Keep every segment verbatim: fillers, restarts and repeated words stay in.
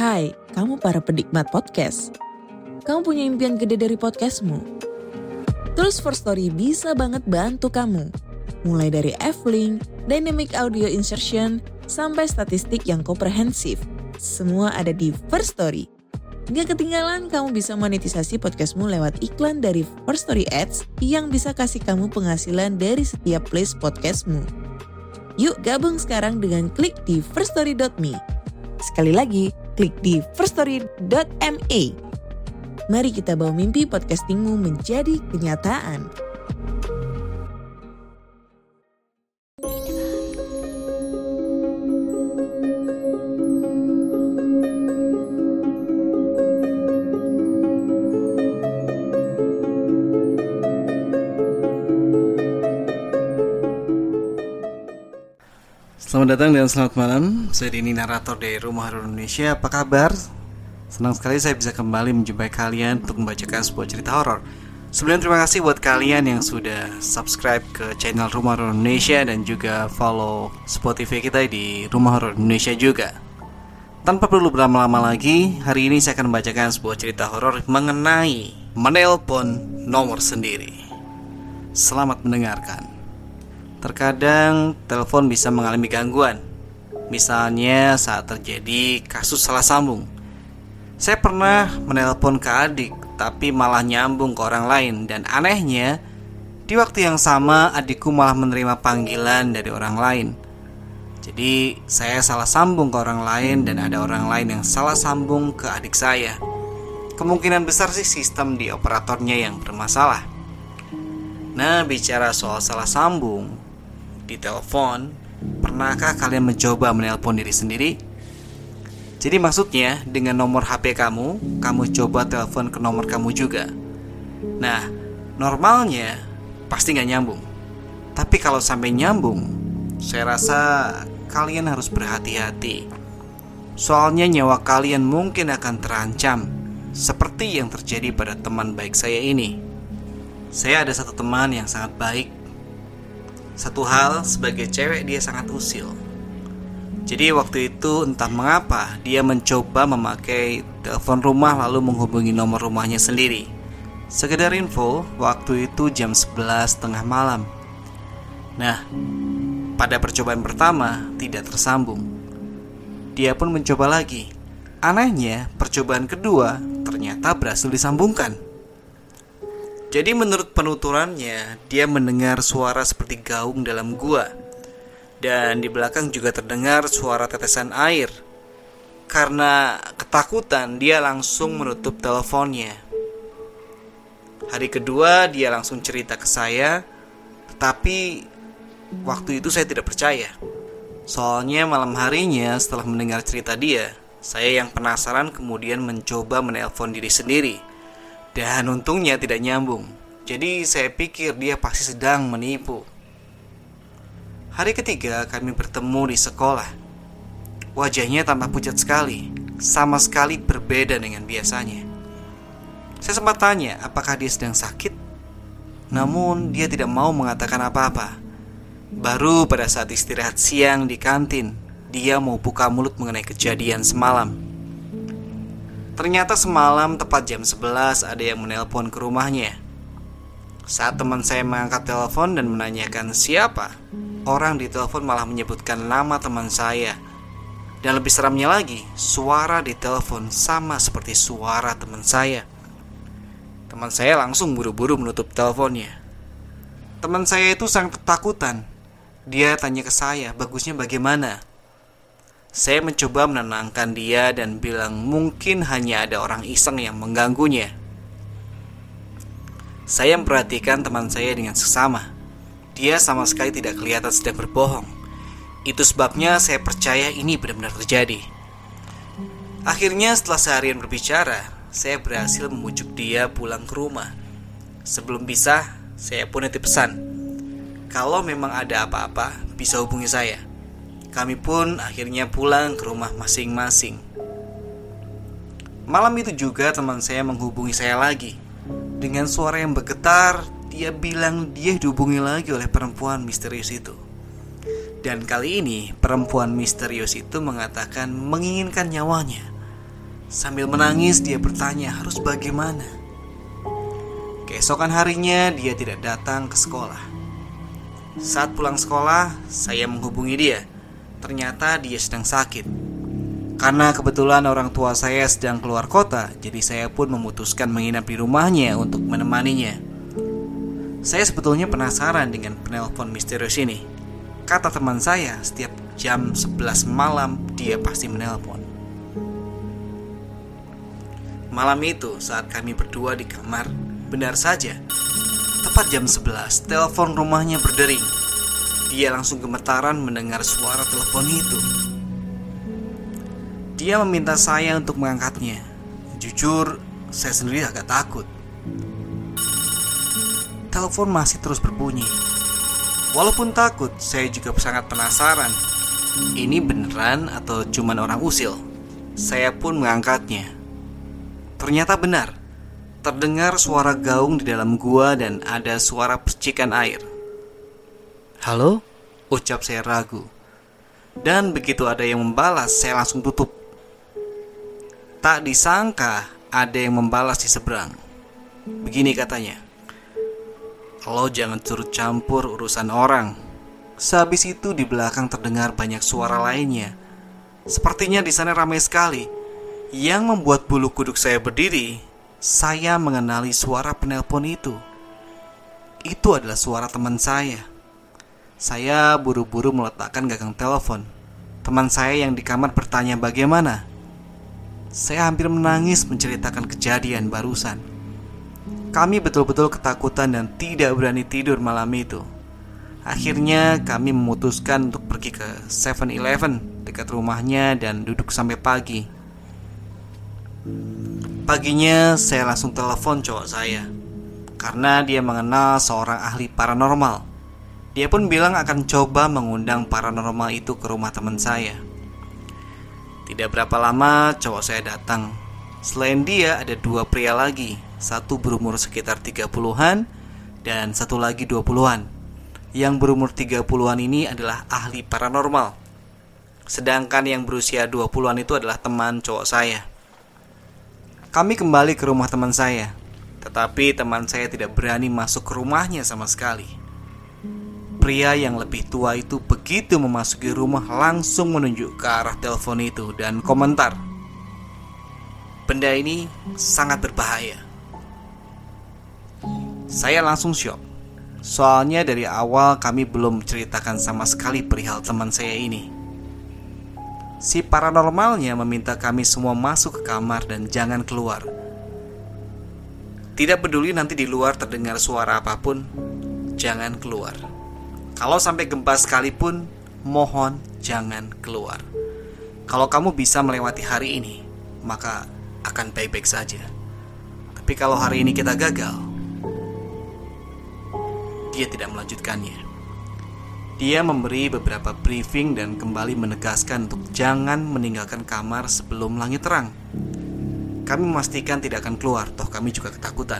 Hai, kamu para penikmat podcast. Kamu punya impian gede dari podcastmu? Tools for Story bisa banget bantu kamu. Mulai dari F-Link, Dynamic Audio Insertion, sampai statistik yang komprehensif. Semua ada di First Story. Gak ketinggalan kamu bisa monetisasi podcastmu lewat iklan dari First Story Ads yang bisa kasih kamu penghasilan dari setiap place podcastmu. Yuk gabung sekarang dengan klik di first story dot me. Sekali lagi, klik di first story dot me. Mari kita bawa mimpi podcastingmu menjadi kenyataan. Selamat datang dan selamat malam. Saya Dini, narator dari Rumah Horor Indonesia. Apa kabar? Senang sekali saya bisa kembali menjumpai kalian untuk membacakan sebuah cerita horor. Sebelumnya terima kasih buat kalian yang sudah subscribe ke channel Rumah Horor Indonesia dan juga follow Spotify kita di Rumah Horor Indonesia juga. Tanpa perlu berlama-lama lagi, hari ini saya akan membacakan sebuah cerita horor mengenai menelpon nomor sendiri. Selamat mendengarkan. Terkadang telepon bisa mengalami gangguan. Misalnya saat terjadi kasus salah sambung. Saya pernah menelpon ke adik, tapi malah nyambung ke orang lain. Dan anehnya, di waktu yang sama adikku malah menerima panggilan dari orang lain. Jadi saya salah sambung ke orang lain dan ada orang lain yang salah sambung ke adik saya. Kemungkinan besar sih sistem di operatornya yang bermasalah. Nah, bicara soal salah sambung di telepon, pernahkah kalian mencoba menelpon diri sendiri? Jadi maksudnya dengan nomor H P kamu, kamu coba telepon ke nomor kamu juga. Nah, normalnya pasti gak nyambung. Tapi kalau sampai nyambung, saya rasa kalian harus berhati-hati. Soalnya nyawa kalian mungkin akan terancam, seperti yang terjadi pada teman baik saya ini. Saya ada satu teman yang sangat baik. Satu hal, sebagai cewek dia sangat usil. Jadi waktu itu entah mengapa dia mencoba memakai telepon rumah lalu menghubungi nomor rumahnya sendiri. Sekedar info, waktu itu jam sebelas tengah malam. Nah, pada percobaan pertama tidak tersambung. Dia pun mencoba lagi. Anehnya, percobaan kedua ternyata berhasil disambungkan. Jadi menurut penuturannya, dia mendengar suara seperti gaung dalam gua. Dan di belakang juga terdengar suara tetesan air. Karena ketakutan, dia langsung menutup teleponnya. Hari kedua, dia langsung cerita ke saya. Tetapi waktu itu saya tidak percaya. Soalnya malam harinya setelah mendengar cerita dia, saya yang penasaran kemudian mencoba menelpon diri sendiri. Dan untungnya tidak nyambung. Jadi saya pikir dia pasti sedang menipu. Hari ketiga kami bertemu di sekolah. Wajahnya tampak pucat sekali, sama sekali berbeda dengan biasanya. Saya sempat tanya apakah dia sedang sakit. Namun dia tidak mau mengatakan apa-apa. Baru pada saat istirahat siang di kantin, dia mau buka mulut mengenai kejadian semalam. Ternyata semalam tepat jam sebelas ada yang menelpon ke rumahnya. Saat teman saya mengangkat telepon dan menanyakan siapa, orang di telepon malah menyebutkan nama teman saya. Dan lebih seramnya lagi, suara di telepon sama seperti suara teman saya. Teman saya langsung buru-buru menutup teleponnya. Teman saya itu sangat ketakutan. Dia tanya ke saya, bagusnya bagaimana? Saya mencoba menenangkan dia dan bilang mungkin hanya ada orang iseng yang mengganggunya. Saya memperhatikan teman saya dengan seksama. Dia sama sekali tidak kelihatan sedang berbohong. Itu sebabnya saya percaya ini benar-benar terjadi. Akhirnya setelah seharian berbicara, saya berhasil membujuk dia pulang ke rumah. Sebelum pisah, saya pun nitip pesan. Kalau memang ada apa-apa, bisa hubungi saya. Kami pun akhirnya pulang ke rumah masing-masing. Malam itu juga teman saya menghubungi saya lagi. Dengan suara yang bergetar, dia bilang dia dihubungi lagi oleh perempuan misterius itu. Dan kali ini perempuan misterius itu mengatakan menginginkan nyawanya. Sambil menangis dia bertanya harus bagaimana. Keesokan harinya dia tidak datang ke sekolah. Saat pulang sekolah, saya menghubungi dia. Ternyata dia sedang sakit. Karena kebetulan orang tua saya sedang keluar kota, jadi saya pun memutuskan menginap di rumahnya untuk menemaninya. Saya sebetulnya penasaran dengan penelpon misterius ini. Kata teman saya, setiap jam sebelas malam dia pasti menelpon. Malam itu saat kami berdua di kamar, benar saja, tepat jam sebelas, telepon rumahnya berdering. Dia langsung gemetaran mendengar suara telepon itu. Dia meminta saya untuk mengangkatnya. Jujur, saya sendiri agak takut. Telepon masih terus berbunyi. Walaupun takut, saya juga sangat penasaran. Ini beneran atau cuman orang usil? Saya pun mengangkatnya. Ternyata benar. Terdengar suara gaung di dalam gua dan ada suara percikan air. "Halo?" ucap saya ragu. Dan begitu ada yang membalas, saya langsung tutup. Tak disangka ada yang membalas di seberang. Begini katanya, "Lo jangan turut campur urusan orang." Sehabis itu di belakang terdengar banyak suara lainnya. Sepertinya di sana ramai sekali. Yang membuat bulu kuduk saya berdiri, saya mengenali suara penelpon itu. Itu adalah suara teman saya. Saya buru-buru meletakkan gagang telepon. Teman saya yang di kamar bertanya bagaimana. Saya hampir menangis menceritakan kejadian barusan. Kami betul-betul ketakutan dan tidak berani tidur malam itu. Akhirnya kami memutuskan untuk pergi ke seven eleven dekat rumahnya dan duduk sampai pagi. Paginya saya langsung telepon cowok saya karena dia mengenal seorang ahli paranormal. Dia pun bilang akan coba mengundang paranormal itu ke rumah teman saya. Tidak berapa lama cowok saya datang. Selain dia ada dua pria lagi. Satu berumur sekitar tiga puluhan dan satu lagi dua puluhan. Yang berumur tiga puluhan ini adalah ahli paranormal. Sedangkan yang berusia dua puluhan itu adalah teman cowok saya. Kami kembali ke rumah teman saya, tetapi teman saya tidak berani masuk ke rumahnya sama sekali. Pria yang lebih tua itu begitu memasuki rumah langsung menunjuk ke arah telepon itu dan komentar, "Benda ini sangat berbahaya." Saya langsung syok. Soalnya dari awal kami belum menceritakan sama sekali perihal teman saya ini. Si paranormalnya meminta kami semua masuk ke kamar dan jangan keluar. Tidak peduli nanti di luar terdengar suara apapun, jangan keluar. Kalau sampai gempa sekalipun, mohon jangan keluar. Kalau kamu bisa melewati hari ini, maka akan baik-baik saja. Tapi kalau hari ini kita gagal, dia tidak melanjutkannya. Dia memberi beberapa briefing dan kembali menegaskan untuk jangan meninggalkan kamar sebelum langit terang. Kami memastikan tidak akan keluar, toh kami juga ketakutan.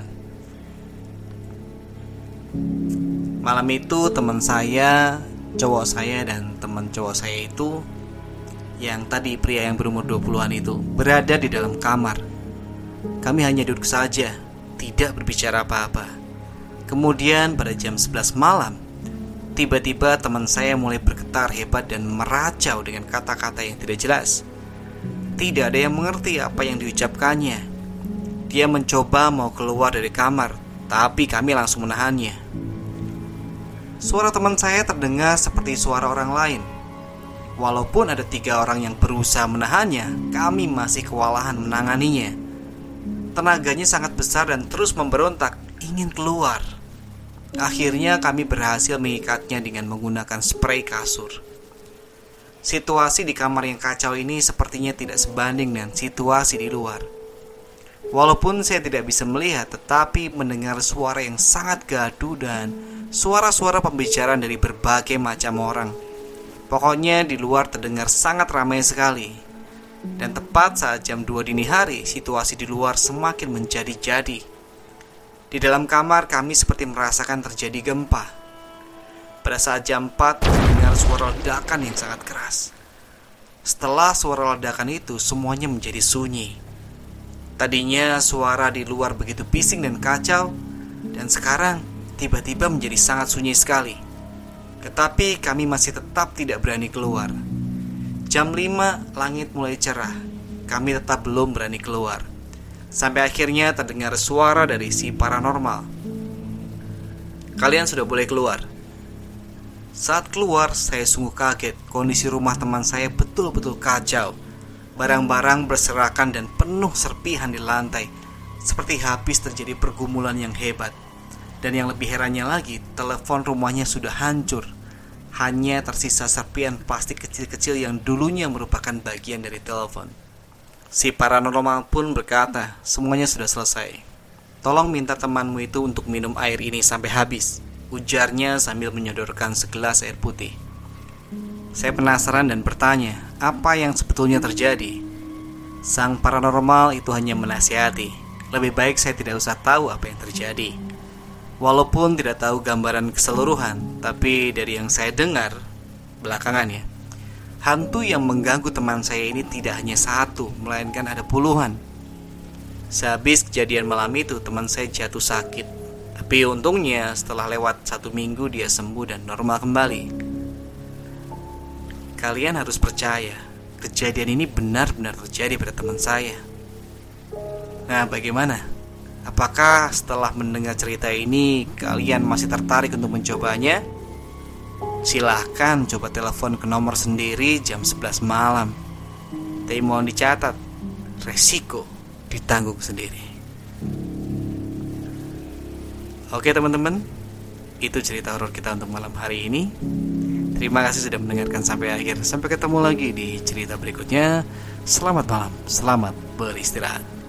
Malam itu teman saya, cowok saya dan teman cowok saya itu, yang tadi pria yang berumur dua puluhan itu, berada di dalam kamar. Kami hanya duduk saja, tidak berbicara apa-apa. Kemudian pada jam sebelas malam, tiba-tiba teman saya mulai bergetar hebat dan meracau dengan kata-kata yang tidak jelas. Tidak ada yang mengerti apa yang diucapkannya. Dia mencoba mau keluar dari kamar, tapi kami langsung menahannya. Suara teman saya terdengar seperti suara orang lain. Walaupun ada tiga orang yang berusaha menahannya, kami masih kewalahan menanganinya. Tenaganya sangat besar dan terus memberontak, ingin keluar. Akhirnya kami berhasil mengikatnya dengan menggunakan spray kasur. Situasi di kamar yang kacau ini sepertinya tidak sebanding dengan situasi di luar. Walaupun saya tidak bisa melihat, tetapi mendengar suara yang sangat gaduh dan suara-suara pembicaraan dari berbagai macam orang. Pokoknya di luar terdengar sangat ramai sekali. Dan tepat saat jam dua dini hari, situasi di luar semakin menjadi-jadi. Di dalam kamar kami seperti merasakan terjadi gempa. Pada saat jam empat terdengar suara ledakan yang sangat keras. Setelah suara ledakan itu semuanya menjadi sunyi. Tadinya suara di luar begitu bising dan kacau, dan sekarang tiba-tiba menjadi sangat sunyi sekali. Tetapi kami masih tetap tidak berani keluar. Jam lima langit mulai cerah. Kami tetap belum berani keluar. Sampai akhirnya terdengar suara dari si paranormal. Kalian sudah boleh keluar. Saat keluar, saya sungguh kaget. Kondisi rumah teman saya betul-betul kacau. Barang-barang berserakan dan penuh serpihan di lantai, seperti habis terjadi pergumulan yang hebat. Dan yang lebih herannya lagi, telepon rumahnya sudah hancur. Hanya tersisa serpihan plastik kecil-kecil yang dulunya merupakan bagian dari telepon. Si paranormal pun berkata, semuanya sudah selesai. Tolong minta temanmu itu untuk minum air ini sampai habis, ujarnya sambil menyodorkan segelas air putih. Saya penasaran dan bertanya, apa yang sebetulnya terjadi? Sang paranormal itu hanya menasihati, lebih baik saya tidak usah tahu apa yang terjadi. Walaupun tidak tahu gambaran keseluruhan, tapi dari yang saya dengar belakangan ya, hantu yang mengganggu teman saya ini tidak hanya satu, melainkan ada puluhan. Sehabis kejadian malam itu, teman saya jatuh sakit. Tapi untungnya setelah lewat satu minggu dia sembuh dan normal kembali. Kalian harus percaya, kejadian ini benar-benar terjadi pada teman saya. Nah, bagaimana? Apakah setelah mendengar cerita ini kalian masih tertarik untuk mencobanya? Silahkan coba telepon ke nomor sendiri jam sebelas malam. Tapi mohon dicatat, resiko ditanggung sendiri. Oke teman-teman, itu cerita horor kita untuk malam hari ini. Terima kasih sudah mendengarkan sampai akhir. Sampai ketemu lagi di cerita berikutnya. Selamat malam, selamat beristirahat.